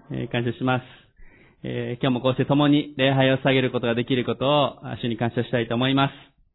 感謝します。今日もこうして共に礼拝を捧げることができることを主に感謝したいと思います。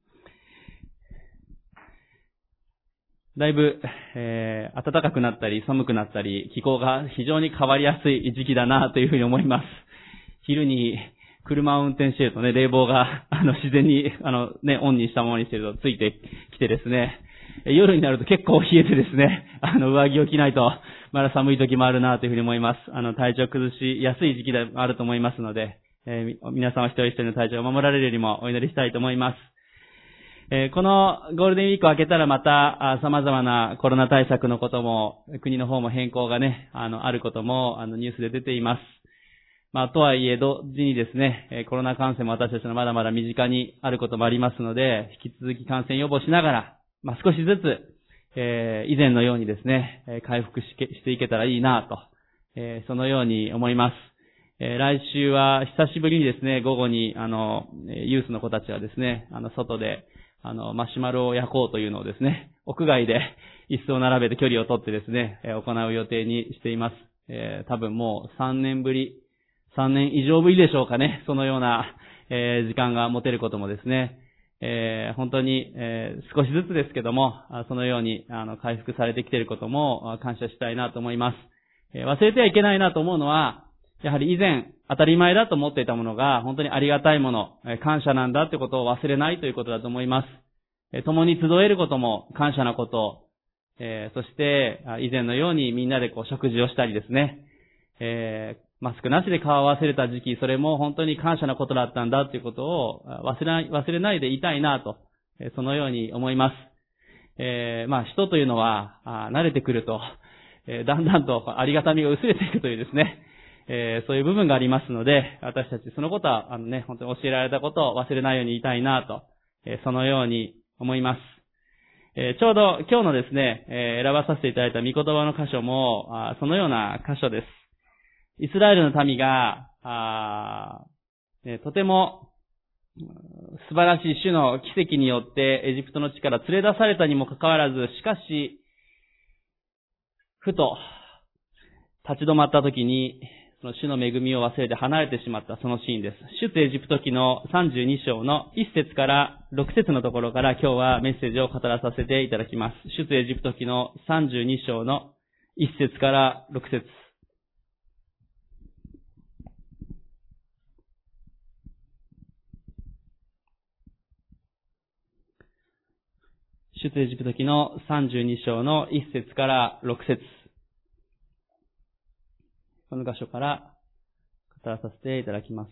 だいぶ、暖かくなったり寒くなったり気候が非常に変わりやすい時期だなというふうに思います。昼に車を運転しているとね、冷房が自然にオンにしたままにしているとついてきてですね、夜になると結構冷えてですね、上着を着ないとまだ寒い時もあるなというふうに思います。体調崩しやすい時期でもあると思いますので、皆様一人一人の体調を守られるようにもお祈りしたいと思います。このゴールデンウィークを明けたらまた様々なコロナ対策のことも国の方も変更がね、あることもニュースで出ています。とはいえ同時にですね、コロナ感染も私たちのまだまだ身近にあることもありますので、引き続き感染予防しながら、少しずつ以前のようにですね、回復していけたらいいなと、そのように思います。来週は久しぶりにですね、午後にユースの子たちはですね、外でマシュマロを焼こうというのをですね、屋外で椅子を並べて距離を取ってですね、行う予定にしています。多分もう3年以上ぶりでしょうかね、そのような時間が持てることもですね、本当に、少しずつですけども、そのように回復されてきていることも感謝したいなと思います。忘れてはいけないなと思うのは、やはり以前当たり前だと思っていたものが本当にありがたいもの、感謝なんだということを忘れないということだと思います。共に集えることも感謝なこと、そして以前のようにみんなで食事をしたりですね、マスクなしで顔を合わせれた時期、それも本当に感謝なことだったんだということを忘れないでいたいなと、そのように思います。人というのは慣れてくると、だんだんとありがたみが薄れていくというですね、そういう部分がありますので、私たちそのことは本当に教えられたことを忘れないようにいたいなと、そのように思います。ちょうど今日のですね、選ばさせていただいた御言葉の箇所もそのような箇所です。イスラエルの民が、とても素晴らしい主の奇跡によってエジプトの地から連れ出されたにもかかわらず、しかし、ふと立ち止まった時に、その主の恵みを忘れて離れてしまったそのシーンです。出エジプト記の32章の1節から6節のところから今日はメッセージを語らさせていただきます。出エジプト記の32章の1節から6節。出エジプト記の32章の1節から6節。この箇所から語らさせていただきます。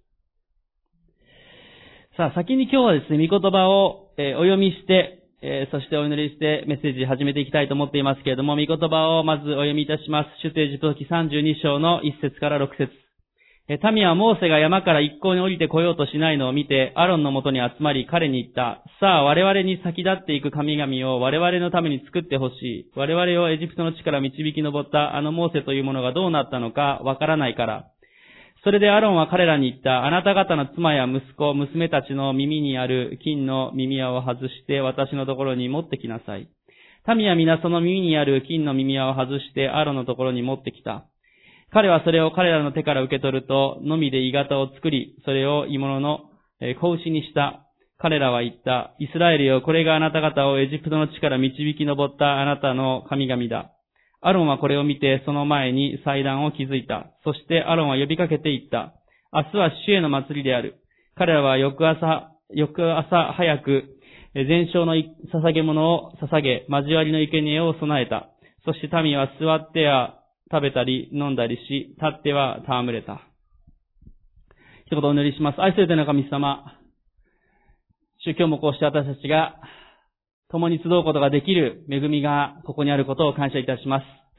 さあ、先に今日はですね、御言葉をお読みして、そしてお祈りしてメッセージ始めていきたいと思っていますけれども、御言葉をまずお読みいたします。出エジプト記32章の1節から6節。民はモーセが山から一向に降りてこようとしないのを見て、アロンのもとに集まり彼に言った。さあ、我々に先立っていく神々を我々のために作ってほしい。我々をエジプトの地から導き上ったあのモーセというものがどうなったのかわからないから。それでアロンは彼らに言った。あなた方の妻や息子、娘たちの耳にある金の耳輪を外して私のところに持ってきなさい。民は皆その耳にある金の耳輪を外してアロンのところに持ってきた。彼はそれを彼らの手から受け取ると、のみで鋳型を作り、それを鋳物の子牛にした。彼らは言った。イスラエルよ、これがあなた方をエジプトの地から導き上ったあなたの神々だ。アロンはこれを見て、その前に祭壇を築いた。そしてアロンは呼びかけて言った。明日は主への祭りである。彼らは翌朝早く、全焼の捧げ物を捧げ、交わりの生贄を備えた。そして民は座ってや食べたり飲んだりし、立っては戯れた。一言お祈りします。愛する天の神様、主、今日もこうして私たちが共に集うことができる恵みがここにあることを感謝いたします。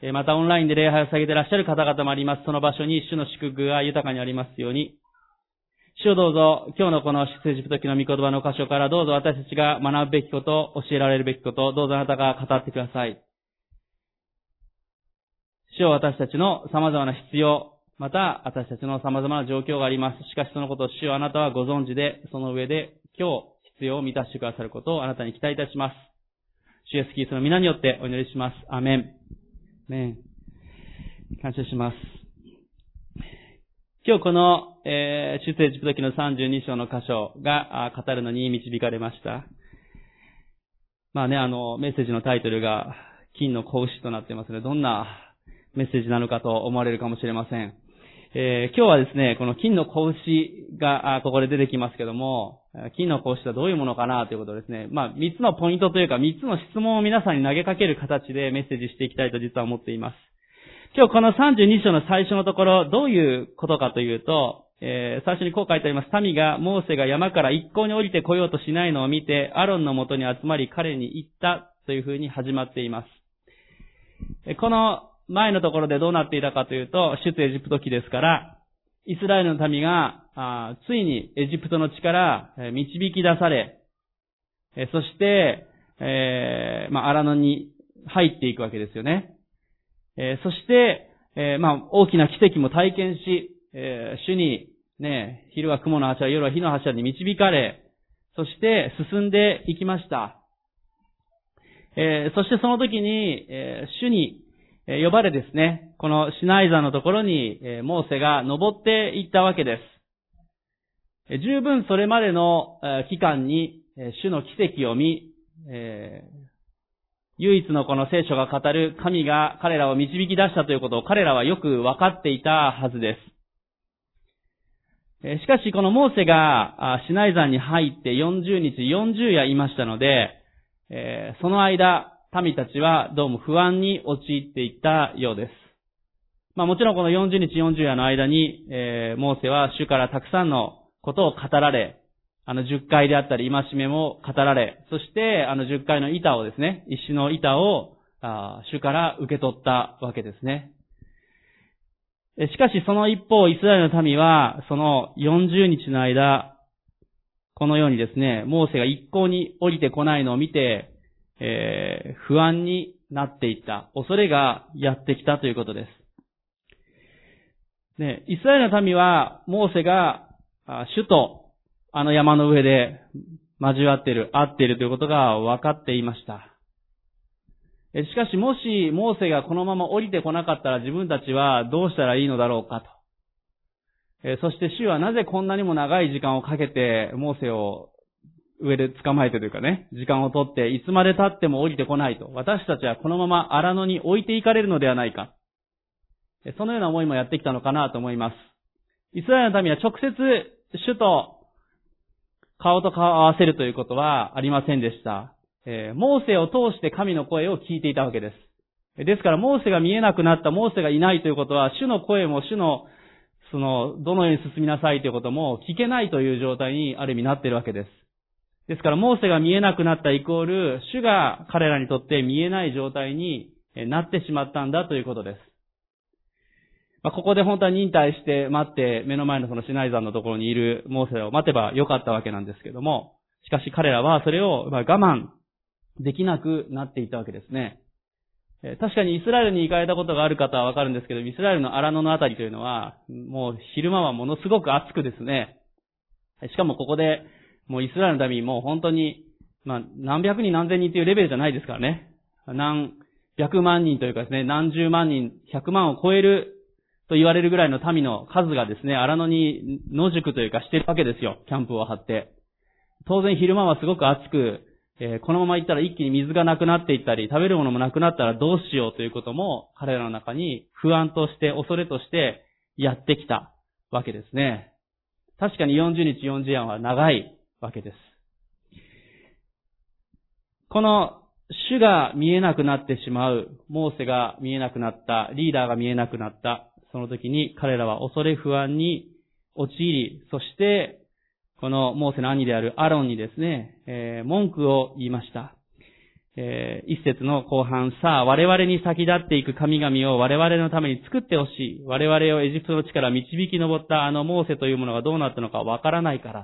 またオンラインで礼拝を捧げていらっしゃる方々もあります。その場所に主の祝福が豊かにありますように。主をどうぞ、今日のこの出エジプト記の御言葉の箇所からどうぞ私たちが学ぶべきこと、教えられるべきこと、どうぞあなたが語ってください。主を私たちの様々な必要、また私たちの様々な状況があります。しかしそのことを主をあなたはご存知で、その上で今日必要を満たしてくださることをあなたに期待いたします。主イエスキリストの皆によってお祈りします。アメン。アメン。感謝します。 今日この、出エジプト記の32章の箇所が語るのに導かれました。メッセージのタイトルが金の子牛となっていますので、どんなメッセージなのかと思われるかもしれません。今日はですね、この金の子牛がここで出てきますけども、金の子牛とはどういうものかなということをですね、3つのポイントというか3つの質問を皆さんに投げかける形でメッセージしていきたいと実は思っています。今日この32章の最初のところ、どういうことかというと、最初にこう書いてあります。民が、モーセが山から一向に降りてこようとしないのを見て、アロンのもとに集まり彼に言ったというふうに始まっています。この前のところでどうなっていたかというと、出エジプト記ですから、イスラエルの民が、ついにエジプトの地から導き出され、そして、荒野に入っていくわけですよね。そして、大きな奇跡も体験し、主にね、昼は雲の柱、夜は火の柱に導かれ、そして進んでいきました。そしてその時に、主に呼ばれですね、このシナイ山のところに、モーセが登っていったわけです。十分それまでの期間に、主の奇跡を見、唯一のこの聖書が語る神が彼らを導き出したということを彼らはよく分かっていたはずです。しかしこのモーセがシナイ山に入って40日40夜いましたので、その間民たちはどうも不安に陥っていったようです。もちろんこの40日40夜の間に、モーセは主からたくさんのことを語られ、10回であったり戒めも語られ、そして10回の板をですね、石の板を主から受け取ったわけですね。しかしその一方、イスラエルの民はその40日の間、このようにですね、モーセが一向に降りてこないのを見て、不安になっていった、恐れがやってきたということです。ね、イスラエルの民はモーセが主と山の上で交わっている、会っているということが分かっていました。しかしもしモーセがこのまま降りてこなかったら自分たちはどうしたらいいのだろうかと。そして主はなぜこんなにも長い時間をかけてモーセを上で捕まえてというかね、時間をとっていつまで経っても降りてこないと。私たちはこのまま荒野に置いていかれるのではないか。そのような思いもやってきたのかなと思います。イスラエルの民は直接主と顔と顔を合わせるということはありませんでした。モーセを通して神の声を聞いていたわけです。ですからモーセが見えなくなった、モーセがいないということは、主の声も主の、どのように進みなさいということも聞けないという状態にある意味なっているわけです。ですからモーセが見えなくなったイコール、主が彼らにとって見えない状態になってしまったんだということです。ここで本当は忍耐して待って、目の前のそのシナイ山のところにいるモーセを待てばよかったわけなんですけども、しかし彼らはそれを我慢できなくなっていたわけですね。確かにイスラエルに行かれたことがある方はわかるんですけど、イスラエルの荒野のあたりというのは、もう昼間はものすごく暑くですね、しかもここでもうイスラエルの民も本当に、何百人何千人というレベルじゃないですからね。何百万人というかですね、何十万人、100万を超えると言われるぐらいの民の数がですね、荒野に野宿というかしてるわけですよ。キャンプを張って。当然昼間はすごく暑く、このまま行ったら一気に水がなくなっていったり、食べるものもなくなったらどうしようということも彼らの中に不安として恐れとしてやってきたわけですね。確かに40日40夜は長いわけです。この主が見えなくなってしまう、モーセが見えなくなった、リーダーが見えなくなった、その時に彼らは恐れ不安に陥り、そしてこのモーセの兄であるアロンにですね、文句を言いました。一節の後半、さあ我々に先立っていく神々を我々のために作ってほしい。我々をエジプトの地から導き上ったあのモーセというものがどうなったのかわからないから。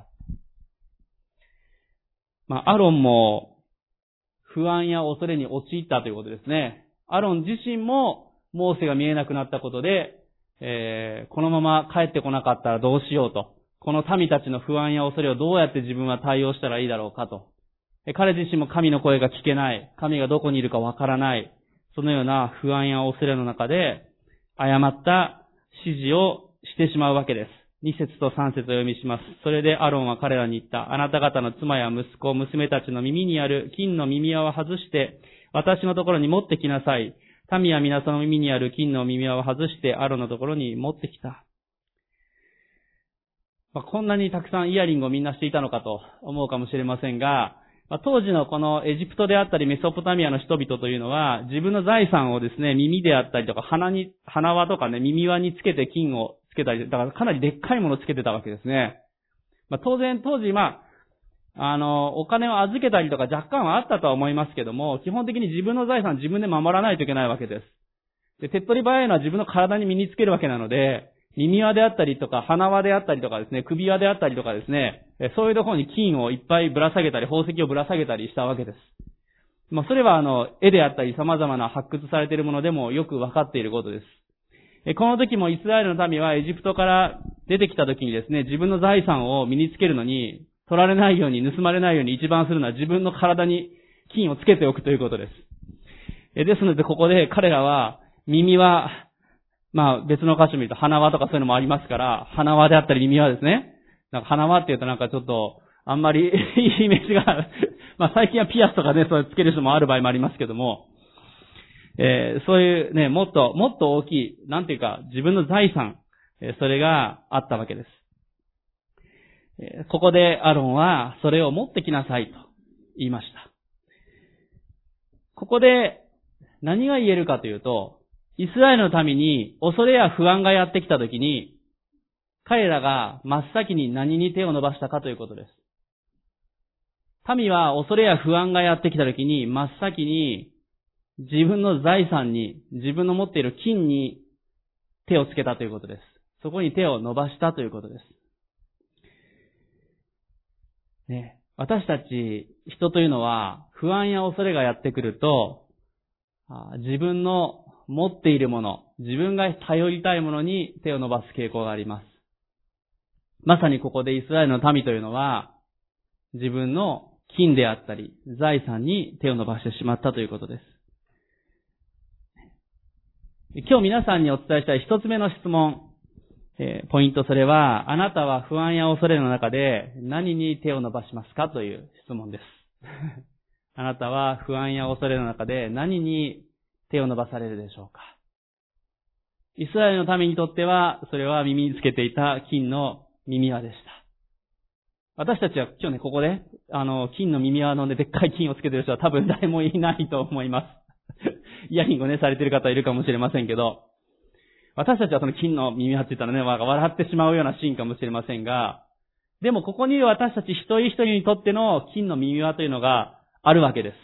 アロンも不安や恐れに陥ったということですね。アロン自身もモーセが見えなくなったことで、このまま帰ってこなかったらどうしようと。この民たちの不安や恐れをどうやって自分は対応したらいいだろうかと。彼自身も神の声が聞けない。神がどこにいるかわからない。そのような不安や恐れの中で、誤った指示をしてしまうわけです。2節と3節をお読みします。それでアロンは彼らに言った。あなた方の妻や息子、娘たちの耳にある金の耳輪を外して、私のところに持ってきなさい。民は皆その耳にある金の耳輪を外してアロンのところに持ってきた。こんなにたくさんイヤリングをみんなしていたのかと思うかもしれませんが、当時のこのエジプトであったりメソポタミアの人々というのは、自分の財産をですね、耳であったりとか鼻輪とかね、耳輪につけて金をつけたり、だからかなりでっかいものをつけてたわけですね。当然当時お金を預けたりとか若干はあったとは思いますけども、基本的に自分の財産自分で守らないといけないわけです。で、手っ取り早いのは自分の体に身につけるわけなので、耳輪であったりとか、鼻輪であったりとかですね、首輪であったりとかですね、そういうところに金をいっぱいぶら下げたり、宝石をぶら下げたりしたわけです。それは絵であったり様々な発掘されているものでもよくわかっていることです。この時もイスラエルの民はエジプトから出てきた時にですね、自分の財産を身につけるのに、取られないように、盗まれないように一番するのは自分の体に金をつけておくということです。ですのでここで彼らは耳輪、別の箇所見ると鼻輪とかそういうのもありますから、鼻輪であったり耳輪ですね。鼻輪って言うとちょっと、あんまりいいイメージが、最近はピアスとかね、そういうつける人もある場合もありますけども、そういうね、もっと大きい、なんていうか、自分の財産、それがあったわけです。ここでアロンは、それを持ってきなさいと言いました。ここで、何が言えるかというと、イスラエルの民に恐れや不安がやってきたときに、彼らが真っ先に何に手を伸ばしたかということです。民は恐れや不安がやってきたときに、真っ先に自分の財産に、自分の持っている金に手をつけたということです。そこに手を伸ばしたということです。ね、私たち人というのは不安や恐れがやってくると、自分の持っているもの、自分が頼りたいものに手を伸ばす傾向があります。まさにここでイスラエルの民というのは、自分の金であったり、財産に手を伸ばしてしまったということです。今日皆さんにお伝えしたい一つ目の質問、ポイントそれは、あなたは不安や恐れの中で何に手を伸ばしますかという質問です。あなたは不安や恐れの中で何に手を伸ばされるでしょうか。イスラエルの民にとっては、それは耳につけていた金の耳輪でした。私たちは今日ね、ここで、金の耳輪のね、でっかい金をつけている人は多分誰もいないと思います。イヤリングをね、されている方いるかもしれませんけど、私たちはその金の耳輪って言ったらね、笑ってしまうようなシーンかもしれませんが、でもここに私たち一人一人にとっての金の耳輪というのがあるわけです。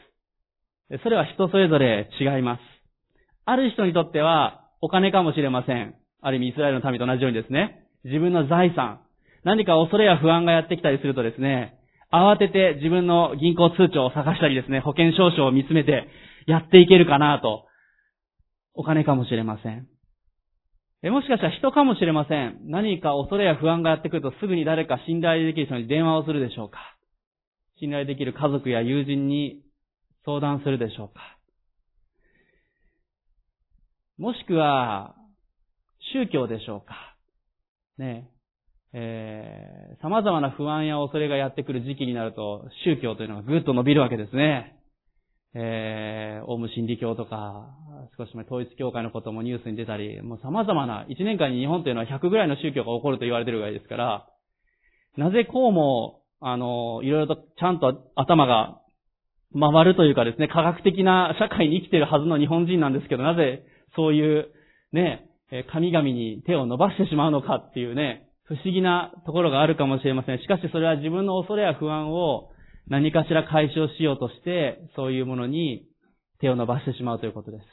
それは人それぞれ違います。ある人にとってはお金かもしれません。ある意味イスラエルの民と同じようにですね、自分の財産、何か恐れや不安がやってきたりするとですね、慌てて自分の銀行通帳を探したりですね、保険証書を見つめてやっていけるかなと、お金かもしれません。もしかしたら人かもしれません。何か恐れや不安がやってくるとすぐに誰か信頼できる人に電話をするでしょうか。信頼できる家族や友人に相談するでしょうか。もしくは宗教でしょうか。ねえ、様々な不安や恐れがやってくる時期になると宗教というのがぐっと伸びるわけですね。オウム真理教とか、少し前統一教会のこともニュースに出たり、もう様々な、1年間に日本というのは100ぐらいの宗教が起こると言われているぐらいですから、なぜこうも、いろいろとちゃんと頭が回るというかですね、科学的な社会に生きているはずの日本人なんですけど、なぜそういうね、神々に手を伸ばしてしまうのかっていうね、不思議なところがあるかもしれません。しかしそれは自分の恐れや不安を何かしら解消しようとして、そういうものに手を伸ばしてしまうということです。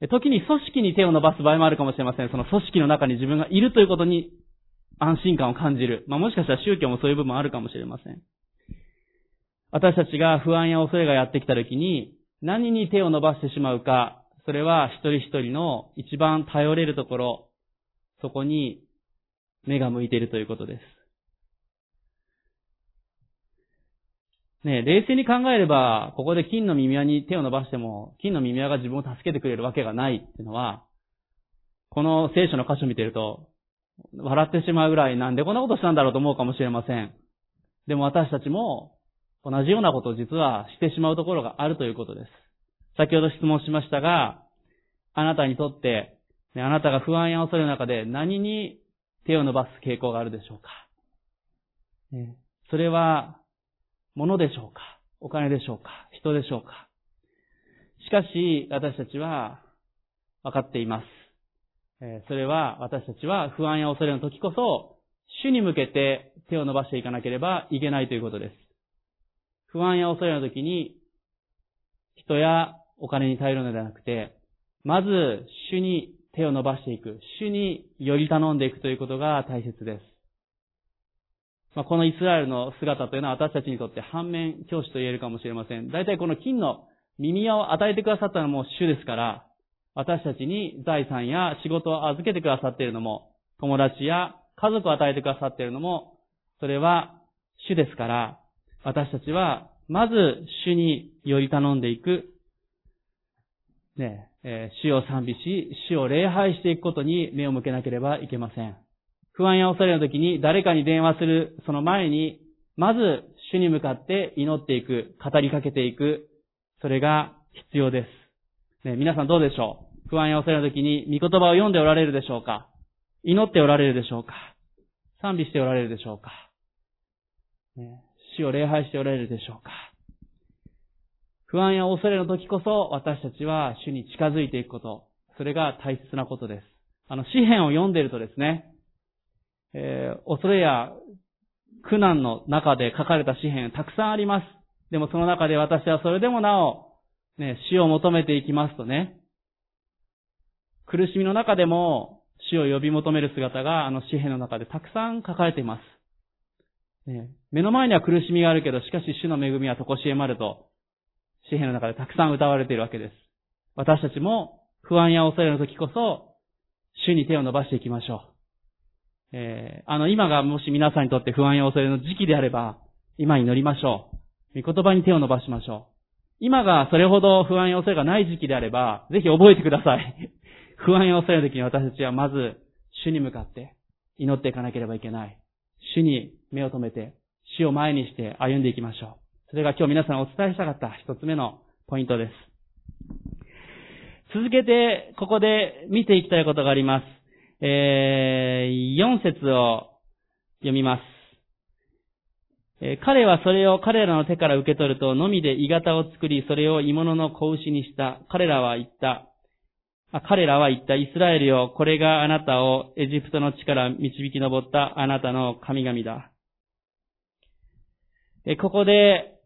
時に組織に手を伸ばす場合もあるかもしれません。その組織の中に自分がいるということに安心感を感じる。もしかしたら宗教もそういう部分あるかもしれません。私たちが不安や恐れがやってきたときに何に手を伸ばしてしまうか、それは一人一人の一番頼れるところ、そこに目が向いているということです。ね、冷静に考えれば、ここで金の耳輪に手を伸ばしても、金の耳輪が自分を助けてくれるわけがないっていうのは、この聖書の箇所を見ていると、 笑ってしまうぐらいなんでこんなことしたんだろうと思うかもしれません。でも私たちも同じようなことを実はしてしまうところがあるということです。先ほど質問しましたが、あなたにとって、あなたが不安や恐れの中で何に手を伸ばす傾向があるでしょうか。それは物でしょうか、お金でしょうか、人でしょうか。しかし私たちは分かっています。それは私たちは不安や恐れの時こそ主に向けて手を伸ばしていかなければいけないということです。不安や恐れの時に人やお金に頼るのではなくて、まず主に手を伸ばしていく、主により頼んでいくということが大切です。このイスラエルの姿というのは私たちにとって反面教師と言えるかもしれません。大体この金の耳輪を与えてくださったのも主ですから、私たちに財産や仕事を預けてくださっているのも、友達や家族を与えてくださっているのも、それは主ですから、私たちはまず主により頼んでいく、主を賛美し、主を礼拝していくことに目を向けなければいけません。不安や恐れの時に誰かに電話するその前に、まず主に向かって祈っていく、語りかけていく、それが必要です。皆さんどうでしょう？不安や恐れの時に御言葉を読んでおられるでしょうか？祈っておられるでしょうか？賛美しておられるでしょうか？主を礼拝しておられるでしょうか？不安や恐れの時こそ私たちは主に近づいていくこと、それが大切なことです。詩篇を読んでいるとですね、恐れや苦難の中で書かれた詩篇たくさんあります。でもその中で私はそれでもなお、死を求めていきますとね、苦しみの中でも死を呼び求める姿が詩篇の中でたくさん書かれています。目の前には苦しみがあるけど、しかし主の恵みは常しえまると、詩篇の中でたくさん歌われているわけです。私たちも不安や恐れの時こそ、主に手を伸ばしていきましょう。今がもし皆さんにとって不安や恐れの時期であれば、今に乗りましょう。御言葉に手を伸ばしましょう。今がそれほど不安や恐れがない時期であれば、ぜひ覚えてください。不安や恐れの時に私たちはまず、主に向かって祈っていかなければいけない。主に目を留めて、主を前にして歩んでいきましょう。それが今日皆さんお伝えしたかった一つ目のポイントです。続けて、ここで見ていきたいことがあります。4節を読みます。彼はそれを彼らの手から受け取ると、のみで鋳型を作り、それを鋳物の子牛にした。彼らは言った、イスラエルよ、これがあなたをエジプトの地から導き上ったあなたの神々だ。ここで、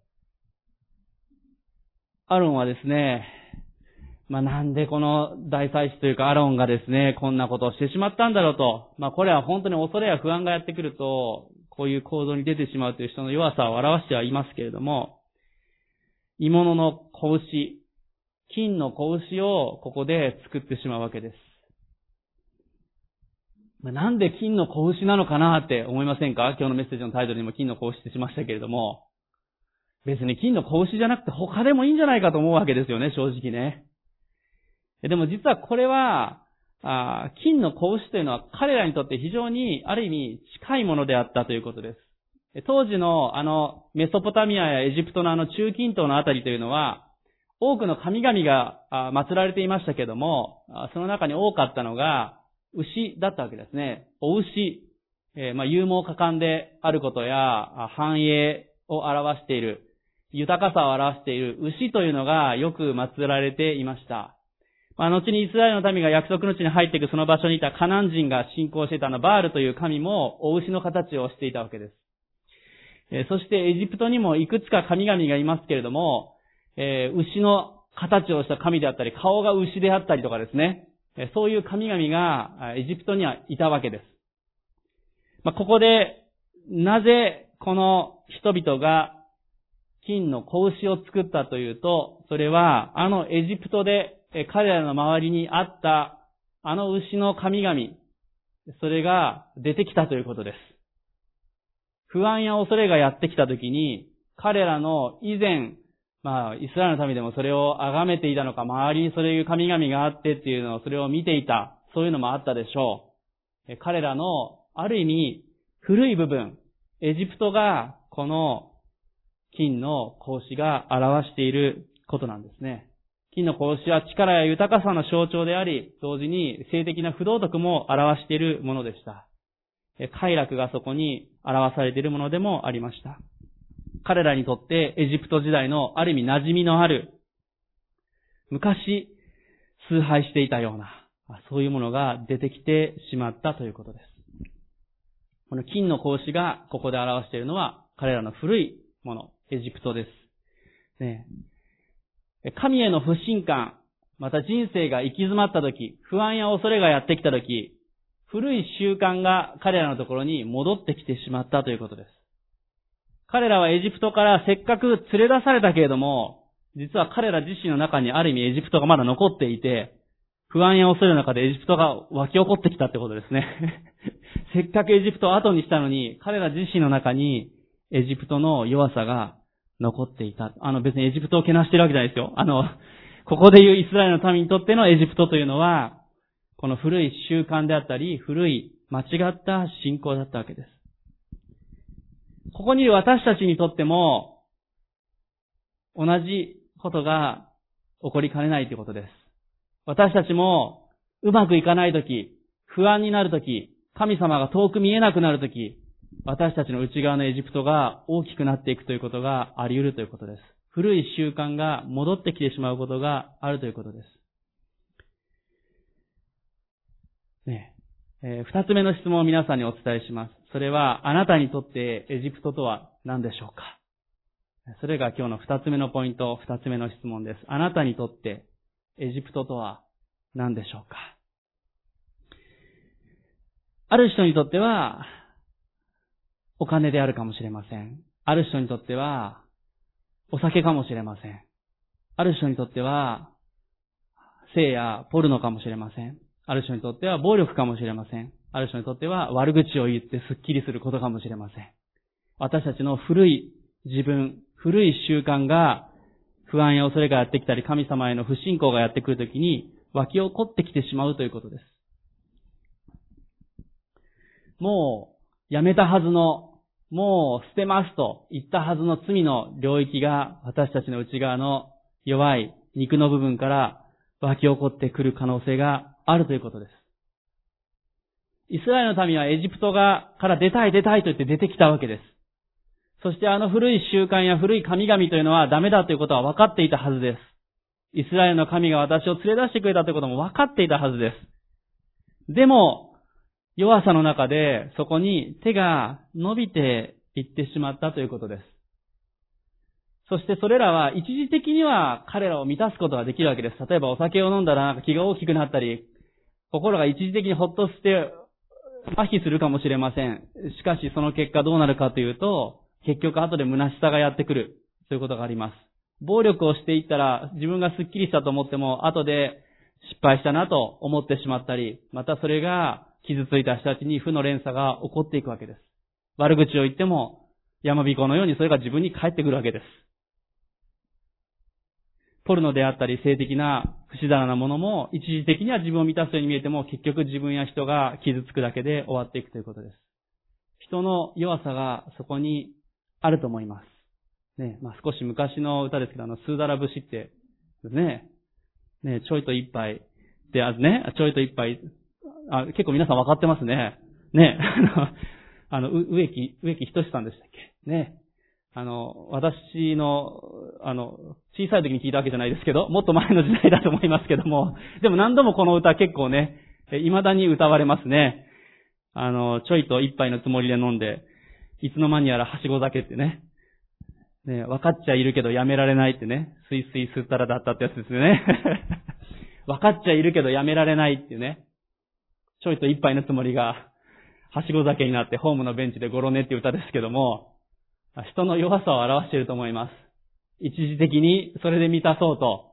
アロンはですね、なんでこの大祭司というかアロンがですね、こんなことをしてしまったんだろうと。これは本当に恐れや不安がやってくると、こういう行動に出てしまうという人の弱さを表してはいますけれども、鋳物の子牛、金の子牛をここで作ってしまうわけです。なんで金の子牛なのかなって思いませんか？今日のメッセージのタイトルにも金の子牛ってしましたけれども、別に金の子牛じゃなくて他でもいいんじゃないかと思うわけですよね、正直ね。でも実はこれは、金の子牛というのは彼らにとって非常にある意味近いものであったということです。当時のメソポタミアやエジプトの中近東のあたりというのは、多くの神々が祀られていましたけども、その中に多かったのが牛だったわけですね。お牛、勇猛果敢であることや繁栄を表している、豊かさを表している牛というのがよく祀られていました。後にイスラエルの民が約束の地に入っていくその場所にいたカナン人が信仰していたバールという神もお牛の形をしていたわけです。そしてエジプトにもいくつか神々がいますけれども、牛の形をした神であったり、顔が牛であったりとかですね、そういう神々がエジプトにはいたわけです。ここで、なぜこの人々が金の子牛を作ったというと、それはエジプトで彼らの周りにあった牛の神々、それが出てきたということです。不安や恐れがやってきたときに、彼らの以前、イスラエルの民でもそれを崇めていたのか、周りにそういう神々があってっていうのをそれを見ていた、そういうのもあったでしょ彼らのある意味古い部分、エジプトがこの金の格子が表していることなんですね。金の格子は力や豊かさの象徴であり、同時に性的な不道徳も表しているものでした。快楽がそこに表されているものでもありました。彼らにとってエジプト時代のある意味馴染みのある、昔崇拝していたような、そういうものが出てきてしまったということです。この金の格子がここで表しているのは彼らの古いもの、エジプトです。ね、神への不信感、また人生が行き詰まったとき、不安や恐れがやってきたとき、古い習慣が彼らのところに戻ってきてしまったということです。彼らはエジプトからせっかく連れ出されたけれども、実は彼ら自身の中にある意味エジプトがまだ残っていて、不安や恐れの中でエジプトが湧き起こってきたってことですね。せっかくエジプトを後にしたのに、彼ら自身の中にエジプトの弱さが残っていた。別にエジプトをけなしてるわけじゃないですよ。ここでいうイスラエルの民にとってのエジプトというのは、この古い習慣であったり、古い間違った信仰だったわけです。ここにいる私たちにとっても、同じことが起こりかねないということです。私たちも、うまくいかないとき、不安になるとき、神様が遠く見えなくなるとき、私たちの内側のエジプトが大きくなっていくということがあり得るということです。古い習慣が戻ってきてしまうことがあるということです。二つ目の質問を皆さんにお伝えします。それは、あなたにとってエジプトとは何でしょうか？それが今日の二つ目のポイント、二つ目の質問です。あなたにとってエジプトとは何でしょうか？ある人にとっては、お金であるかもしれません。ある人にとっては、お酒かもしれません。ある人にとっては、性やポルノかもしれません。ある人にとっては暴力かもしれません。ある人にとっては悪口を言ってスッキリすることかもしれません。私たちの古い自分、古い習慣が不安や恐れがやってきたり、神様への不信仰がやってくるときに湧き起こってきてしまうということです。もうやめたはずの、もう捨てますと言ったはずの罪の領域が私たちの内側の弱い肉の部分から湧き起こってくる可能性があるということです。イスラエルの民はエジプトから出たいと言って出てきたわけです。そして古い習慣や古い神々というのはダメだということは分かっていたはずです。イスラエルの神が私を連れ出してくれたということも分かっていたはずです。でも、弱さの中でそこに手が伸びていってしまったということです。そしてそれらは一時的には彼らを満たすことができるわけです。例えばお酒を飲んだら気が大きくなったり、心が一時的にほっとして麻痺するかもしれません。しかしその結果どうなるかというと、結局後で虚しさがやってくるということがあります。暴力をしていったら自分がスッキリしたと思っても後で失敗したなと思ってしまったり、またそれが傷ついた人たちに負の連鎖が起こっていくわけです。悪口を言っても山彦のようにそれが自分に返ってくるわけです。ポルノであったり性的な不自然なものも一時的には自分を満たすように見えても結局自分や人が傷つくだけで終わっていくということです。人の弱さがそこにあると思います。ね、少し昔の歌ですけど、スーダラ節ってね、ちょいと一杯でちょいと一杯、結構皆さん分かってますね。ね、植木仁さんでしたっけね。私の、小さい時に聞いたわけじゃないですけど、もっと前の時代だと思いますけども、でも何度もこの歌結構ね、未だに歌われますね。ちょいと一杯のつもりで飲んで、いつの間にやらはしご酒ってね。ね、分かっちゃいるけどやめられないってね。スイスイ吸ったらだったってやつですよね。分かっちゃいるけどやめられないっていうね。ちょいと一杯のつもりが、はしご酒になってホームのベンチでゴロネっていう歌ですけども、人の弱さを表していると思います。一時的にそれで満たそうと、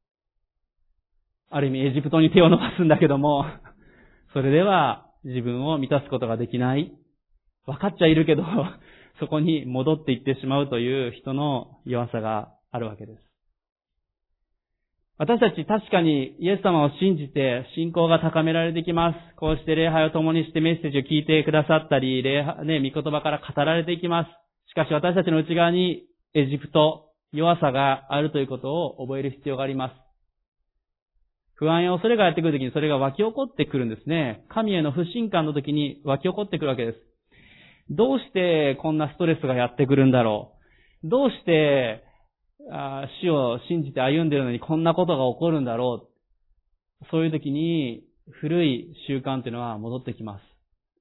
ある意味エジプトに手を伸ばすんだけども、それでは自分を満たすことができない。分かっちゃいるけど、そこに戻っていってしまうという人の弱さがあるわけです。 私たち確かにイエス様を信じて信仰が高められてきます。こうして礼拝を共にしてメッセージを聞いてくださったり、御言葉から語られていきます。しかし私たちの内側にエジプト、弱さがあるということを覚える必要があります。不安や恐れがやってくるときにそれが湧き起こってくるんですね。神への不信感のときに湧き起こってくるわけです。どうしてこんなストレスがやってくるんだろう。どうして死を信じて歩んでいるのにこんなことが起こるんだろう。そういうときに古い習慣というのは戻ってきます。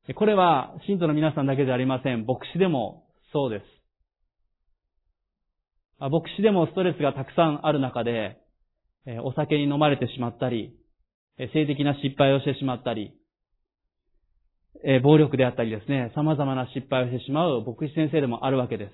これは信徒の皆さんだけではありません。牧師でもそうです。牧師でもストレスがたくさんある中で、お酒に飲まれてしまったり、性的な失敗をしてしまったり、暴力であったりですね、様々な失敗をしてしまう牧師先生でもあるわけです。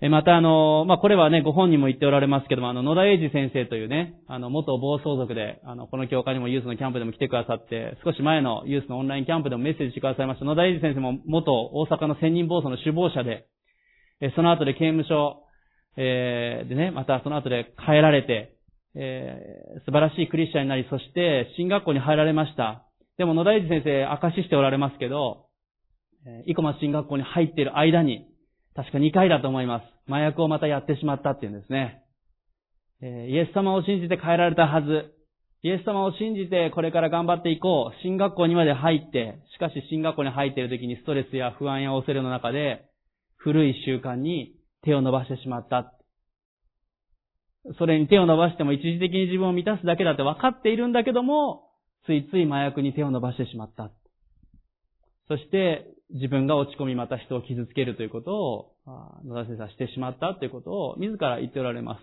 またこれはね、ご本人も言っておられますけども、野田英二先生というね、元暴走族で、この教会にもユースのキャンプでも来てくださって、少し前のユースのオンラインキャンプでもメッセージしてくださいました。野田英二先生も元大阪の千人暴走の首謀者で、その後で刑務所、でね、またその後で帰られて、素晴らしいクリスチャンになり、そして進学校に入られました。でも野田英二先生、証ししておられますけど、生駒進学校に入っている間に、確か2回だと思います。麻薬をまたやってしまったっていうんですね。イエス様を信じて帰られたはず。イエス様を信じてこれから頑張っていこう。進学校にまで入って、しかし進学校に入っている時にストレスや不安や恐れの中で、古い習慣に手を伸ばしてしまった。それに手を伸ばしても一時的に自分を満たすだけだって分かっているんだけども、ついつい麻薬に手を伸ばしてしまった。そして自分が落ち込みまた人を傷つけるということを野田先生はしてしまったということを自ら言っておられます。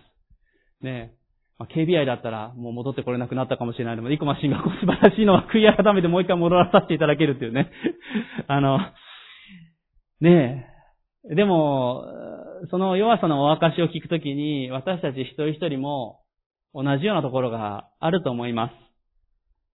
ねえ。KBI だったらもう戻ってこれなくなったかもしれないので、生駒進学校素晴らしいのは悔い改めてもう一回戻らさせていただけるというね。ねえ。でも、その弱さのお証を聞くときに、私たち一人一人も同じようなところがあると思います。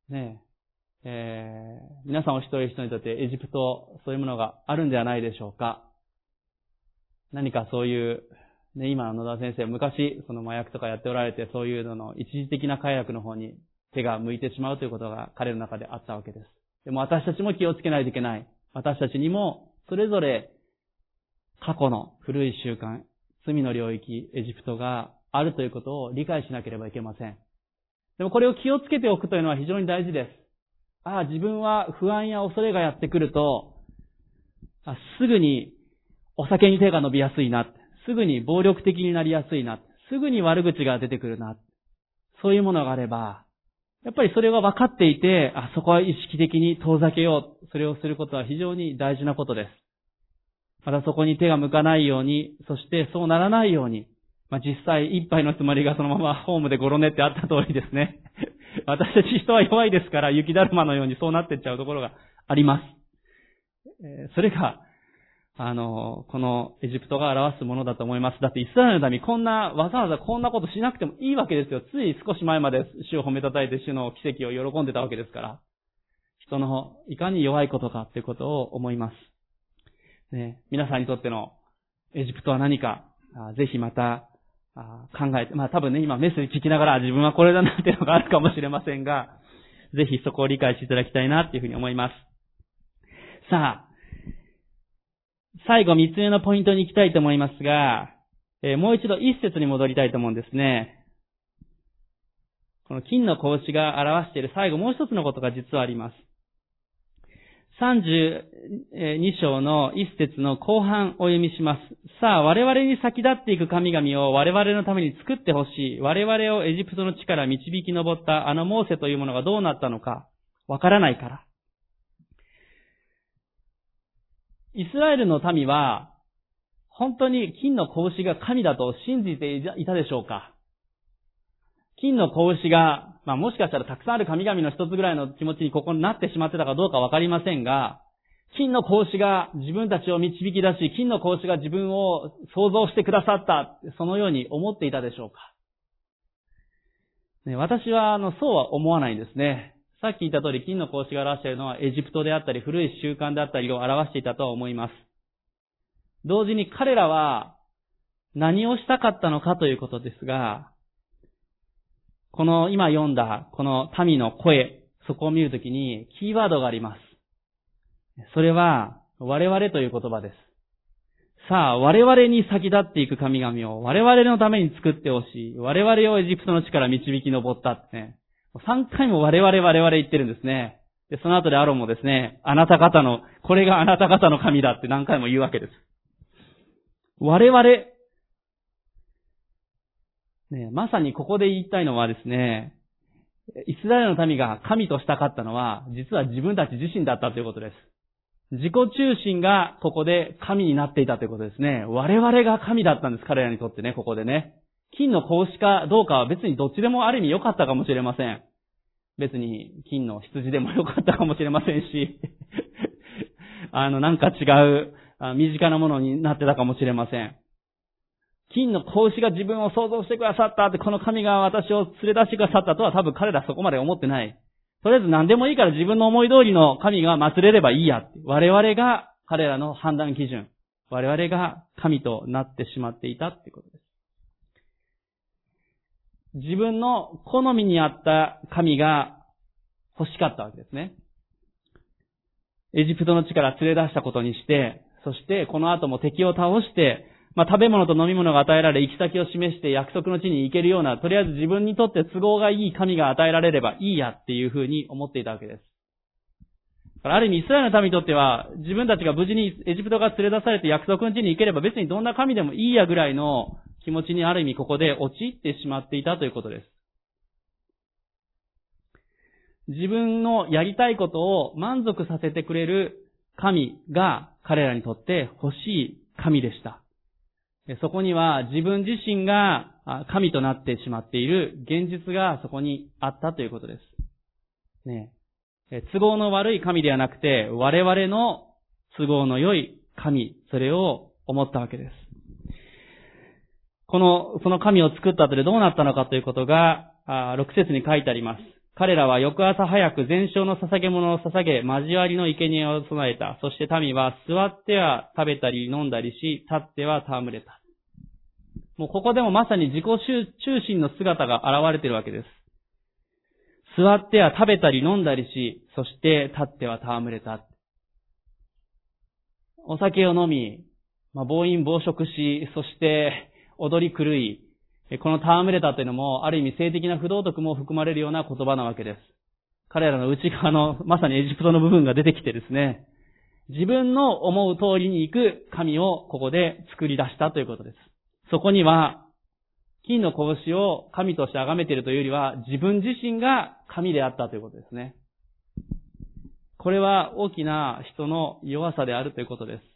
ねえ。皆さんお一人一人にとってエジプト、そういうものがあるんではないでしょうか。何かそういう、ね、今の野田先生、昔、その麻薬とかやっておられて、そういうのの一時的な快楽の方に手が向いてしまうということが彼の中であったわけです。でも私たちも気をつけないといけない。私たちにも、それぞれ、過去の古い習慣、罪の領域、エジプトがあるということを理解しなければいけません。でもこれを気をつけておくというのは非常に大事です。自分は不安や恐れがやってくると、すぐにお酒に手が伸びやすいな。すぐに暴力的になりやすいな。すぐに悪口が出てくるな。そういうものがあれば、やっぱりそれが分かっていて、そこは意識的に遠ざけよう。それをすることは非常に大事なことです。またそこに手が向かないように、そしてそうならないように、実際一杯のつまりがそのままホームでゴロネってあった通りですね。私たち人は弱いですから、雪だるまのようにそうなっていっちゃうところがあります。それが、このエジプトが表すものだと思います。だってイスラエルの民わざわざこんなことしなくてもいいわけですよ。つい少し前まで主を褒めたたえて主の奇跡を喜んでたわけですから。人のいかに弱いことかということを思います。ね、皆さんにとってのエジプトは何か、ぜひまた考えて、多分ね、今メッセージ聞きながら自分はこれだなっていうのがあるかもしれませんが、ぜひそこを理解していただきたいなっていうふうに思います。さあ、最後3つ目のポイントに行きたいと思いますが、もう一度一節に戻りたいと思うんですね。この金の格子が表している最後もう一つのことが実はあります。32章の一節の後半を読みします。さあ、我々に先立っていく神々を我々のために作ってほしい。我々をエジプトの地から導き上ったモーセというものがどうなったのかわからないから。イスラエルの民は本当に金の格子が神だと信じていたでしょうか？金の格子が、もしかしたらたくさんある神々の一つぐらいの気持ちにここになってしまってたかどうかわかりませんが、金の格子が自分たちを導き出し、金の格子が自分を創造してくださった、そのように思っていたでしょうか？私はそうは思わないんですね。さっき言った通り金の格子が表しているのはエジプトであったり古い習慣であったりを表していたとは思います。同時に彼らは何をしたかったのかということですが、 この今読んだこの民の声、そこを見るときにキーワードがあります。それは我々という言葉です。さあ、我々に先立っていく神々を我々のために作ってほしい。我々をエジプトの地から導き上ったってね。3回も我々言ってるんですね。で、その後でアロンもですね、これがあなた方の神だって何回も言うわけです。我々、ね、まさにここで言いたいのはですね、イスラエルの民が神としたかったのは、実は自分たち自身だったということです。自己中心がここで神になっていたということですね。我々が神だったんです、彼らにとってね、ここでね。金の格子かどうかは別にどっちでもある意味良かったかもしれません。別に金の羊でも良かったかもしれませんし、なんか違う、身近なものになってたかもしれません。金の格子が自分を創造してくださったって、この神が私を連れ出してくださったとは多分彼らそこまで思ってない。とりあえず何でもいいから自分の思い通りの神が祀れればいいやって。我々が彼らの判断基準。我々が神となってしまっていたってことです。自分の好みに合った神が欲しかったわけですね。エジプトの地から連れ出したことにして、そしてこの後も敵を倒して、食べ物と飲み物が与えられ、行き先を示して約束の地に行けるような、とりあえず自分にとって都合がいい神が与えられればいいやっていうふうに思っていたわけです。ある意味イスラエルの民にとっては、自分たちが無事にエジプトが連れ出されて約束の地に行ければ別にどんな神でもいいやぐらいの気持ちにある意味ここで陥ってしまっていたということです。自分のやりたいことを満足させてくれる神が彼らにとって欲しい神でした。そこには自分自身が神となってしまっている現実がそこにあったということです。ね。都合の悪い神ではなくて、我々の都合の良い神、それを思ったわけです。その神を作った後でどうなったのかということが、6節に書いてあります。彼らは翌朝早く全焼の捧げ物を捧げ、交わりの生贄を備えた。そして民は座っては食べたり飲んだりし、立っては戯れた。もうここでもまさに自己中心の姿が現れているわけです。座っては食べたり飲んだりし、そして立っては戯れた。お酒を飲み、暴飲暴食し、そして踊り狂い、この戯れたというのも、ある意味性的な不道徳も含まれるような言葉なわけです。彼らの内側の、まさにエジプトの部分が出てきてですね、自分の思う通りに行く神をここで作り出したということです。そこには、金の拳を神として崇めているというよりは、自分自身が神であったということですね。これは大きな人の弱さであるということです。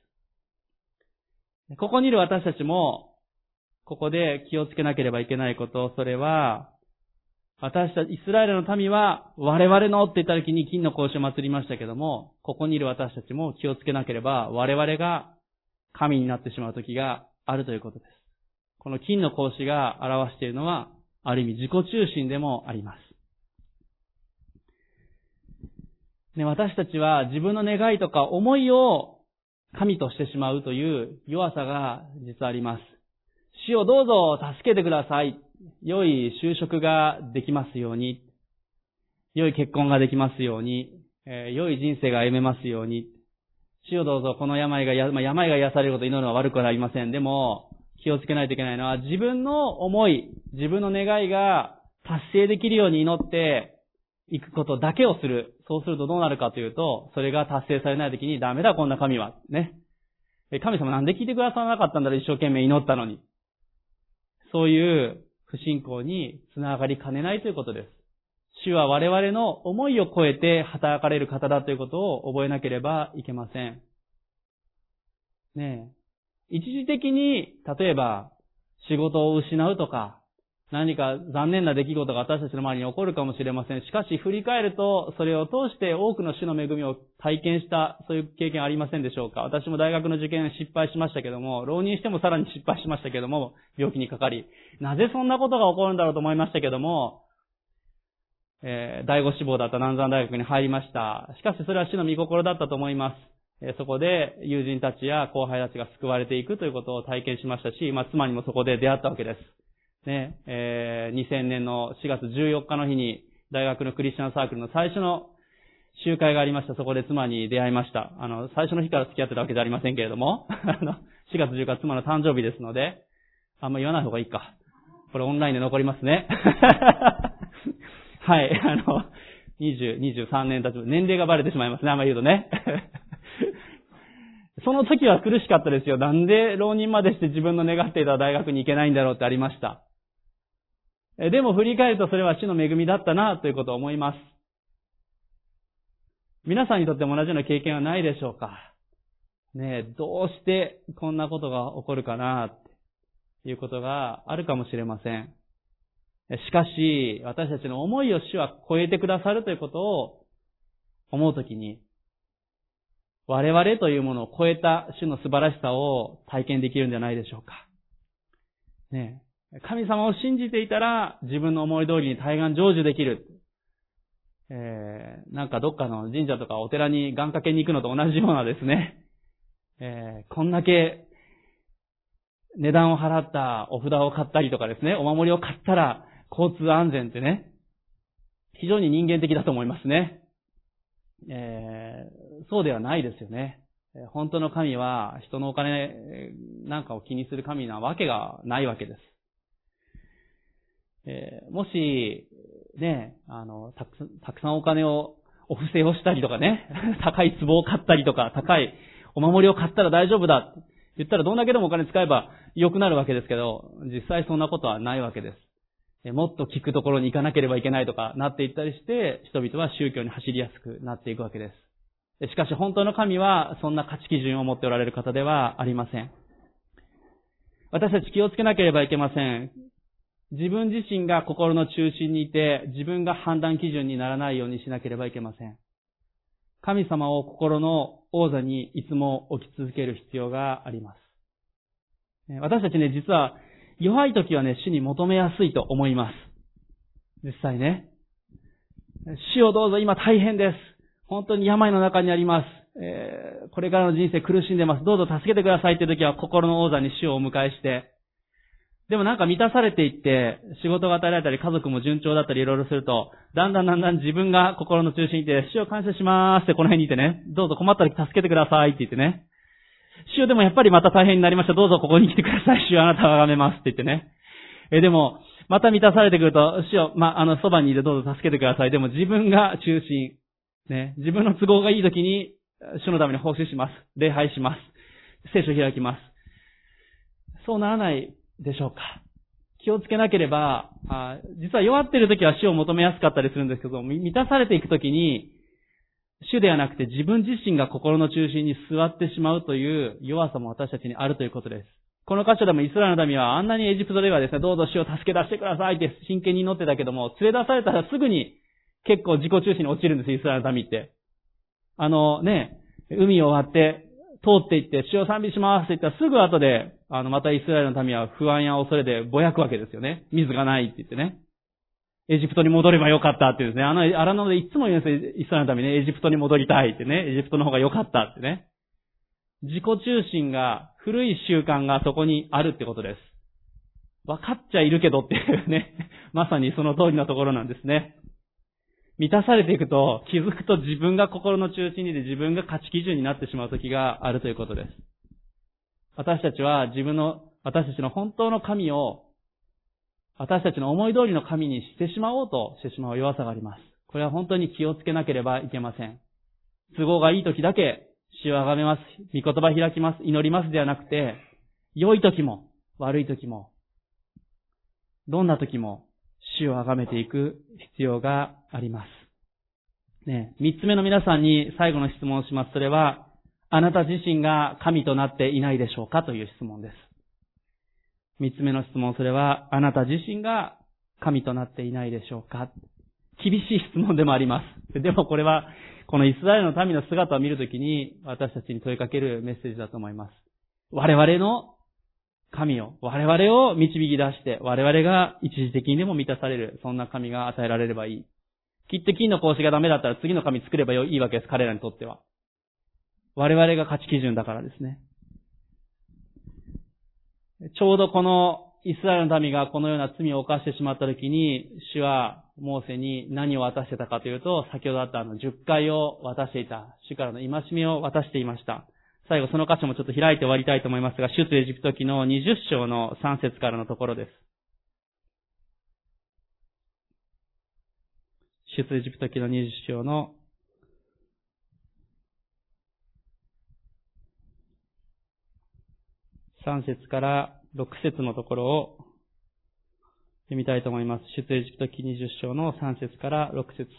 ここにいる私たちも、ここで気をつけなければいけないこと、それは、イスラエルの民は我々のって言った時に金の格子を祀りましたけども、ここにいる私たちも気をつけなければ我々が神になってしまう時があるということです。この金の格子が表しているのは、ある意味自己中心でもあります。私たちは自分の願いとか思いを神としてしまうという弱さが実はあります。主をどうぞ助けてください。良い就職ができますように。良い結婚ができますように。良い人生が歩めますように。主をどうぞこの病が癒されることを祈るのは悪くはありません。でも、気をつけないといけないのは、自分の思い、自分の願いが達成できるように祈っていくことだけをする。そうするとどうなるかというと、それが達成されないときに、ダメだこんな神は。ね。神様なんで聞いてくださらなかったんだろう、一生懸命祈ったのに。そういう不信仰につながりかねないということです。主は我々の思いを超えて働かれる方だということを覚えなければいけません。ねえ。一時的に、例えば、仕事を失うとか、何か残念な出来事が私たちの周りに起こるかもしれません。しかし、振り返ると、それを通して多くの主の恵みを体験した、そういう経験ありませんでしょうか。私も大学の受験失敗しましたけども、浪人してもさらに失敗しましたけども、病気にかかり、なぜそんなことが起こるんだろうと思いましたけども、第五志望だった南山大学に入りました。しかし、それは主の御心だったと思います。そこで友人たちや後輩たちが救われていくということを体験しましたし、妻にもそこで出会ったわけです。 ね、2000年の4月14日の日に大学のクリスチャンサークルの最初の集会がありました。そこで妻に出会いました。最初の日から付き合ってたわけじゃありませんけれども、4月14日妻の誕生日ですので、あんま言わない方がいいか。これオンラインで残りますね。はい、23年経つ。年齢がバレてしまいますね、あんま言うとね。その時は苦しかったですよ。なんで浪人までして自分の願っていた大学に行けないんだろうってありました。でも振り返るとそれは主の恵みだったなということを思います。皆さんにとっても同じような経験はないでしょうか。ねえ、どうしてこんなことが起こるかなっていうことがあるかもしれません。しかし、私たちの思いを主は超えてくださるということを思うときに、我々というものを超えた主の素晴らしさを体験できるんじゃないでしょうか。ねえ、神様を信じていたら自分の思い通りに対岸成就できる。なんかどっかの神社とかお寺に願掛けに行くのと同じようなですね、こんだけ値段を払ったお札を買ったりとかですね、お守りを買ったら交通安全ってね、非常に人間的だと思いますね。そうではないですよね。本当の神は人のお金なんかを気にする神なわけがないわけです。もし、ね、たくさんお金を、お布施をしたりとかね、高い壺を買ったりとか、高いお守りを買ったら大丈夫だって言ったらどんだけでもお金使えば良くなるわけですけど、実際そんなことはないわけです。もっと聞くところに行かなければいけないとかなっていったりして、人々は宗教に走りやすくなっていくわけです。しかし本当の神はそんな価値基準を持っておられる方ではありません。私たち気をつけなければいけません。自分自身が心の中心にいて、自分が判断基準にならないようにしなければいけません。神様を心の王座にいつも置き続ける必要があります。私たちね、実は弱い時はね、主に求めやすいと思います。実際ね。主をどうぞ今大変です。本当に病の中にあります。これからの人生苦しんでます。どうぞ助けてくださいっていう時は心の王座に主をお迎えして、でもなんか満たされていって、仕事が与えられたり、家族も順調だったりいろいろすると、だんだん自分が心の中心にいて、主を感謝しますってこの辺にいてね、どうぞ困った時助けてくださいって言ってね。主よでもやっぱりまた大変になりました。どうぞここに来てください。主よあなたを崇めますって言ってね。でも、また満たされてくると、主よ、そばにいてどうぞ助けてください。でも自分が中心。ね。自分の都合がいい時に、主のために奉仕します。礼拝します。聖書を開きます。そうならないでしょうか。気をつけなければ、実は弱っている時は主を求めやすかったりするんですけど、満たされていく時に、主ではなくて自分自身が心の中心に座ってしまうという弱さも私たちにあるということです。この箇所でもイスラエルの民はあんなにエジプトではですね、どうぞ主を助け出してくださいって真剣に祈ってたけども、連れ出されたらすぐに結構自己中心に落ちるんです、イスラエルの民って。海を割って通っていって主を賛美しますって言ったらすぐ後で、またイスラエルの民は不安や恐れでぼやくわけですよね。水がないって言ってね。エジプトに戻ればよかったっていうですね。荒野でいつも言うんですよ、イスラエルの民ね。エジプトに戻りたいってね。エジプトの方が良かったってね。自己中心が、古い習慣がそこにあるってことです。分かっちゃいるけどっていうね。まさにその通りなところなんですね。満たされていくと、気づくと自分が心の中心にで自分が価値基準になってしまう時があるということです。私たちは私たちの本当の神を、私たちの思い通りの神にしてしまおうとしてしまう弱さがあります。これは本当に気をつけなければいけません。都合がいい時だけ主をあがめます。御言葉開きます。祈りますではなくて、良い時も悪い時も、どんな時も主をあがめていく必要があります。ね、三つ目の皆さんに最後の質問をします。それは、あなた自身が神となっていないでしょうかという質問です。三つ目の質問、それは、あなた自身が神となっていないでしょうか。厳しい質問でもあります。でもこれは、このイスラエルの民の姿を見るときに、私たちに問いかけるメッセージだと思います。我々の神を、我々を導き出して、我々が一時的にでも満たされる、そんな神が与えられればいい。きっと金の格子がダメだったら次の神作ればいいわけです、彼らにとっては。我々が価値基準だからですね。ちょうどこのイスラエルの民がこのような罪を犯してしまったときに、主はモーセに何を渡してたかというと、先ほどあった10回を渡していた。主からの戒めを渡していました。最後その箇所もちょっと開いて終わりたいと思いますが、出エジプト記の20章の3節からのところです。出エジプト記の20章の3節から6節のところを読みたいと思います。出エジプト記20章の3節から6節。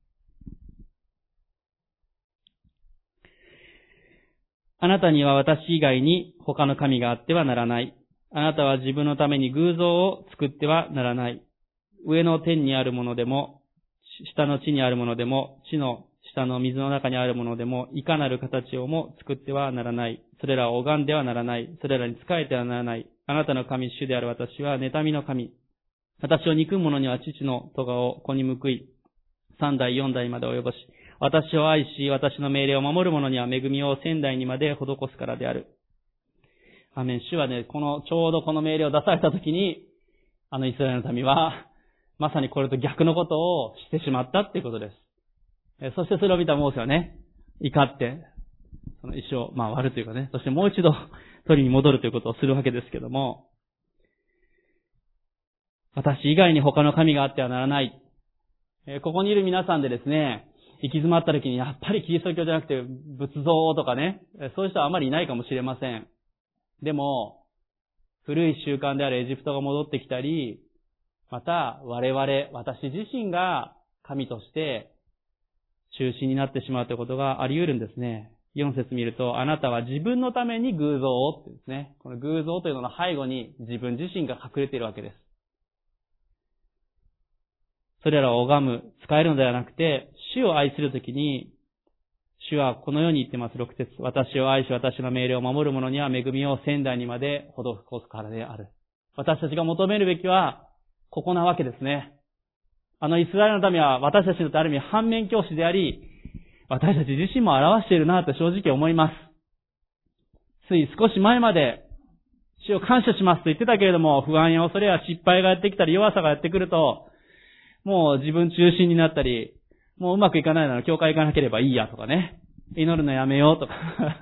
あなたには私以外に他の神があってはならない。あなたは自分のために偶像を作ってはならない。上の天にあるものでも、下の地にあるものでも、地の下の水の中にあるものでも、いかなる形をも作ってはならない。それらを拝んではならない。それらに仕えてはならない。あなたの神主である私は妬みの神。私を憎む者には父の咎を子に報い、3代4代まで及ぼし、私を愛し、私の命令を守る者には恵みを1000代にまで施すからである。アメン。主はね、ちょうどこの命令を出されたときに、イスラエルの民は、まさにこれと逆のことをしてしまったっていうことです。そしてそれを見たモーセはね、怒って、その石を、割るというかね、そしてもう一度取りに戻るということをするわけですけども、私以外に他の神があってはならない。ここにいる皆さんでですね、行き詰まった時にやっぱりキリスト教じゃなくて仏像とかね、そういう人はあまりいないかもしれません。でも、古い習慣であるエジプトが戻ってきたり、また私自身が神として中心になってしまうということがあり得るんですね。4節見ると、あなたは自分のために偶像をってですね、この偶像というのの背後に自分自身が隠れているわけです。それらを拝む、使えるのではなくて、主を愛するときに、主はこのように言ってます、6節。私を愛し、私の命令を守る者には恵みを1000代にまで施すからである。私たちが求めるべきは、ここなわけですね。イスラエルの民は私たちにとってある意味反面教師であり、私たち自身も表しているなと正直思います。つい少し前まで、主を感謝しますと言ってたけれども、不安や恐れや失敗がやってきたり、弱さがやってくると、もう自分中心になったり、もううまくいかないなら教会行かなければいいやとかね、祈るのやめようとか、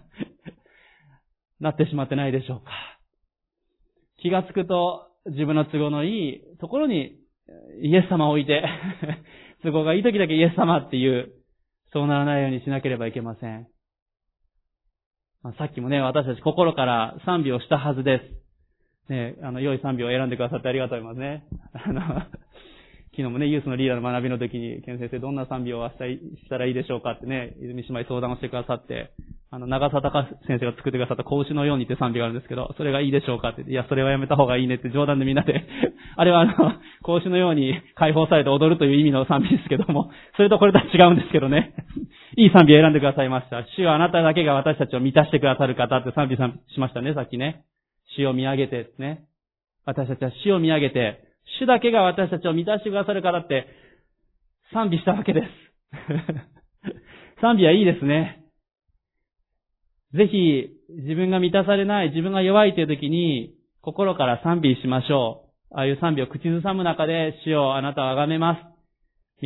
なってしまってないでしょうか。気がつくと自分の都合のいいところにイエス様を置いて、都合がいい時だけイエス様っていう、そうならないようにしなければいけません。さっきもね、私たち心から賛美をしたはずです。ね、良い賛美を選んでくださってありがとうございますね。昨日もね、ユースのリーダーの学びの時に、ケン先生どんな賛美をしたらいいでしょうかってね、泉姉妹相談をしてくださって、長澤隆先生が作ってくださった子牛のようにって賛美があるんですけど、それがいいでしょうかって、いや、それはやめた方がいいねって冗談でみんなで、あれは子牛のように解放されて踊るという意味の賛美ですけども、それとこれとは違うんですけどね。いい賛美を選んでくださいました。主はあなただけが私たちを満たしてくださる方って賛美しましたね、さっきね。主を見上げてですね。私たちは主を見上げて、主だけが私たちを満たしてくださるからって賛美したわけです。賛美はいいですね。ぜひ自分が満たされない、自分が弱いという時に心から賛美しましょう。ああいう賛美を口ずさむ中で主をあなたを崇めます。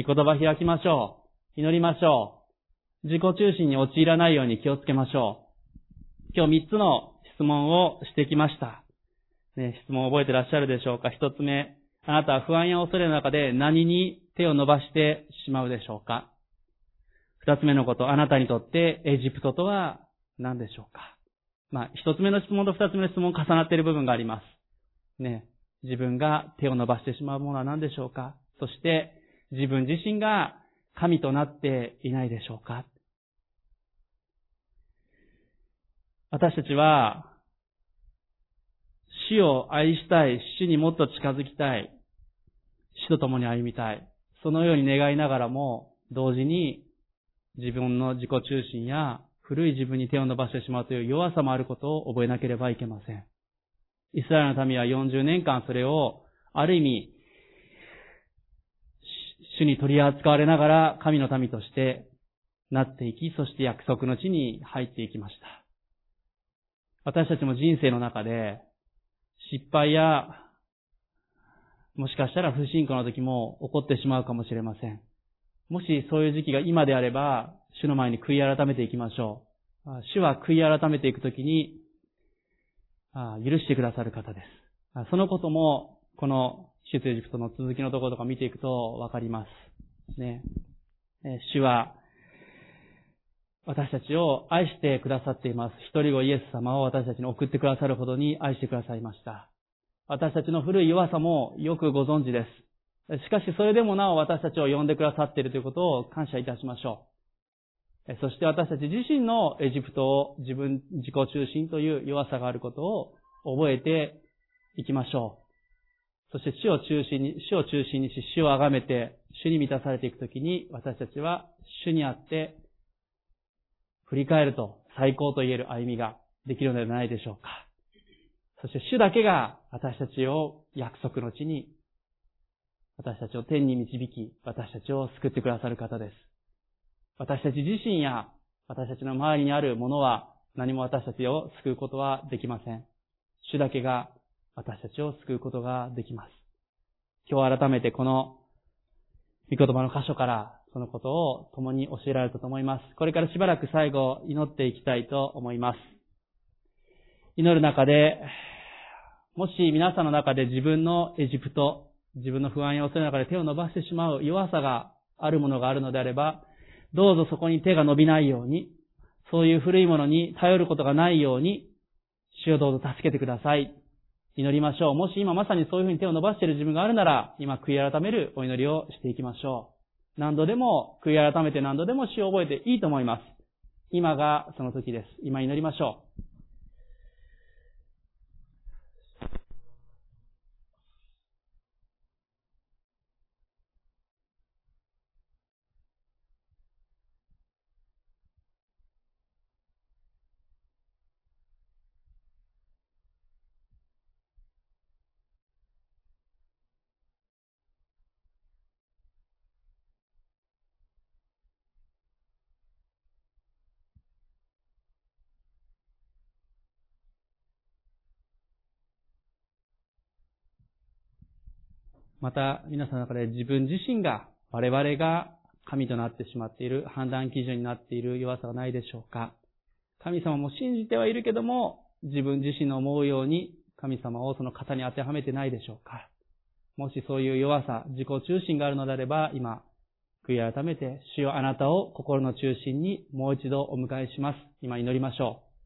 御言葉開きましょう。祈りましょう。自己中心に陥らないように気をつけましょう。今日3つの質問をしてきました。ね、質問を覚えてらっしゃるでしょうか。1つ目。あなたは不安や恐れの中で何に手を伸ばしてしまうでしょうか。二つ目のこと、あなたにとってエジプトとは何でしょうか。一つ目の質問と二つ目の質問重なっている部分があります。ね、自分が手を伸ばしてしまうものは何でしょうか。そして自分自身が神となっていないでしょうか。私たちは主を愛したい、主にもっと近づきたい、主と共に歩みたい。そのように願いながらも、同時に自分の自己中心や古い自分に手を伸ばしてしまうという弱さもあることを覚えなければいけません。イスラエルの民は40年間それを、ある意味、主に取り扱われながら神の民としてなっていき、そして約束の地に入っていきました。私たちも人生の中で、失敗やもしかしたら不信仰の時も起こってしまうかもしれません。もしそういう時期が今であれば、主の前に悔い改めていきましょう。主は悔い改めていく時に、許してくださる方です。そのことも、この出エジプトの続きのところとか見ていくとわかります。ね。主は、私たちを愛してくださっています。一人子イエス様を私たちに送ってくださるほどに愛してくださいました。私たちの古い弱さもよくご存知です。しかしそれでもなお私たちを呼んでくださっているということを感謝いたしましょう。そして私たち自身のエジプトを自己中心という弱さがあることを覚えていきましょう。そして主を中心にし、主をあがめて、主に満たされていくときに私たちは主にあって振り返ると最高と言える歩みができるのではないでしょうか。そして主だけが私たちを約束の地に、私たちを天に導き、私たちを救ってくださる方です。私たち自身や私たちの周りにあるものは何も私たちを救うことはできません。主だけが私たちを救うことができます。今日改めてこの御言葉の箇所からそのことを共に教えられたと思います。これからしばらく最後祈っていきたいと思います。祈る中で、もし皆さんの中で自分のエジプト、自分の不安や恐れの中で手を伸ばしてしまう弱さがあるものがあるのであれば、どうぞそこに手が伸びないように、そういう古いものに頼ることがないように、主をどうぞ助けてください。祈りましょう。もし今まさにそういうふうに手を伸ばしている自分があるなら、今悔い改めるお祈りをしていきましょう。何度でも悔い改めて何度でも主を覚えていいと思います。今がその時です。今祈りましょう。また、皆さんの中で自分自身が、我々が神となってしまっている、判断基準になっている弱さがないでしょうか。神様も信じてはいるけども、自分自身の思うように神様をその型に当てはめてないでしょうか。もしそういう弱さ、自己中心があるのであれば、今、悔い改めて、主よあなたを心の中心にもう一度お迎えします。今祈りましょう。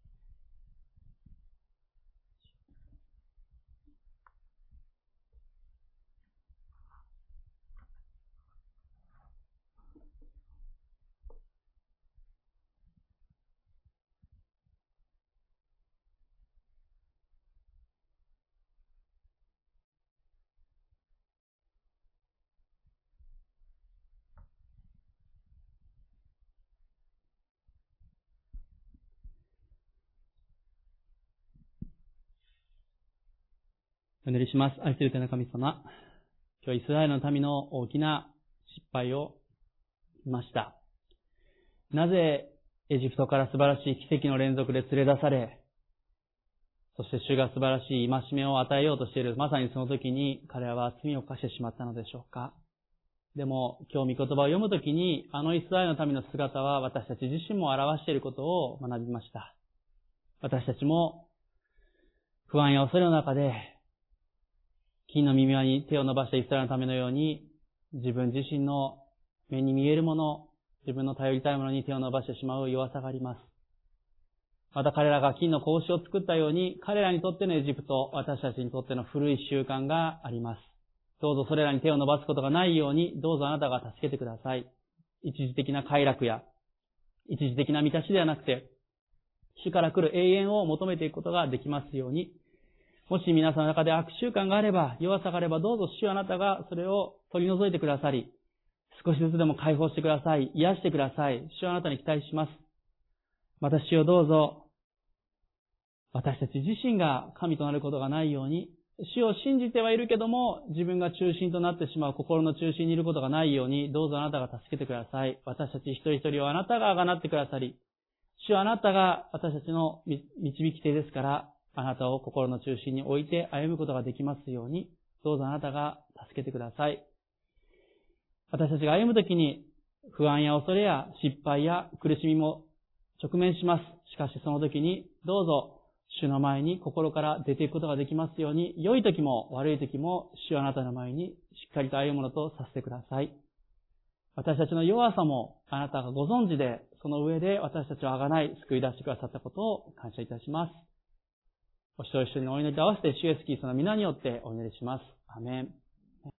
お祈りします。愛する天の神様。今日イスラエルの民の大きな失敗を見ました。なぜエジプトから素晴らしい奇跡の連続で連れ出され、そして主が素晴らしい戒めを与えようとしている、まさにその時に彼らは罪を犯してしまったのでしょうか。でも今日御言葉を読むときに、あのイスラエルの民の姿は私たち自身も表していることを学びました。私たちも不安や恐れの中で、金の耳輪に手を伸ばしたイスラエルのためのように、自分自身の目に見えるもの、自分の頼りたいものに手を伸ばしてしまう弱さがあります。また彼らが金の格子を作ったように、彼らにとってのエジプト、私たちにとっての古い習慣があります。どうぞそれらに手を伸ばすことがないように、どうぞあなたが助けてください。一時的な快楽や、一時的な満たしではなくて、主から来る永遠を求めていくことができますように、もし皆さんの中で悪習慣があれば、弱さがあれば、どうぞ主あなたがそれを取り除いてくださり、少しずつでも解放してください。癒してください。主あなたに期待します。また主をどうぞ、私たち自身が神となることがないように、主を信じてはいるけども、自分が中心となってしまう心の中心にいることがないように、どうぞあなたが助けてください。私たち一人一人をあなたがあがなってくださり、主あなたが私たちの導き手ですから、あなたを心の中心に置いて歩むことができますようにどうぞあなたが助けてください。私たちが歩むときに不安や恐れや失敗や苦しみも直面します。しかしその時にどうぞ主の前に心から出ていくことができますように、良い時も悪い時も主はあなたの前にしっかりと歩むものとさせてください。私たちの弱さもあなたがご存知で、その上で私たちをあがない救い出してくださったことを感謝いたします。お一人一人のお祈りと合わせて主イエスキリストの皆によってお祈りします。アメン。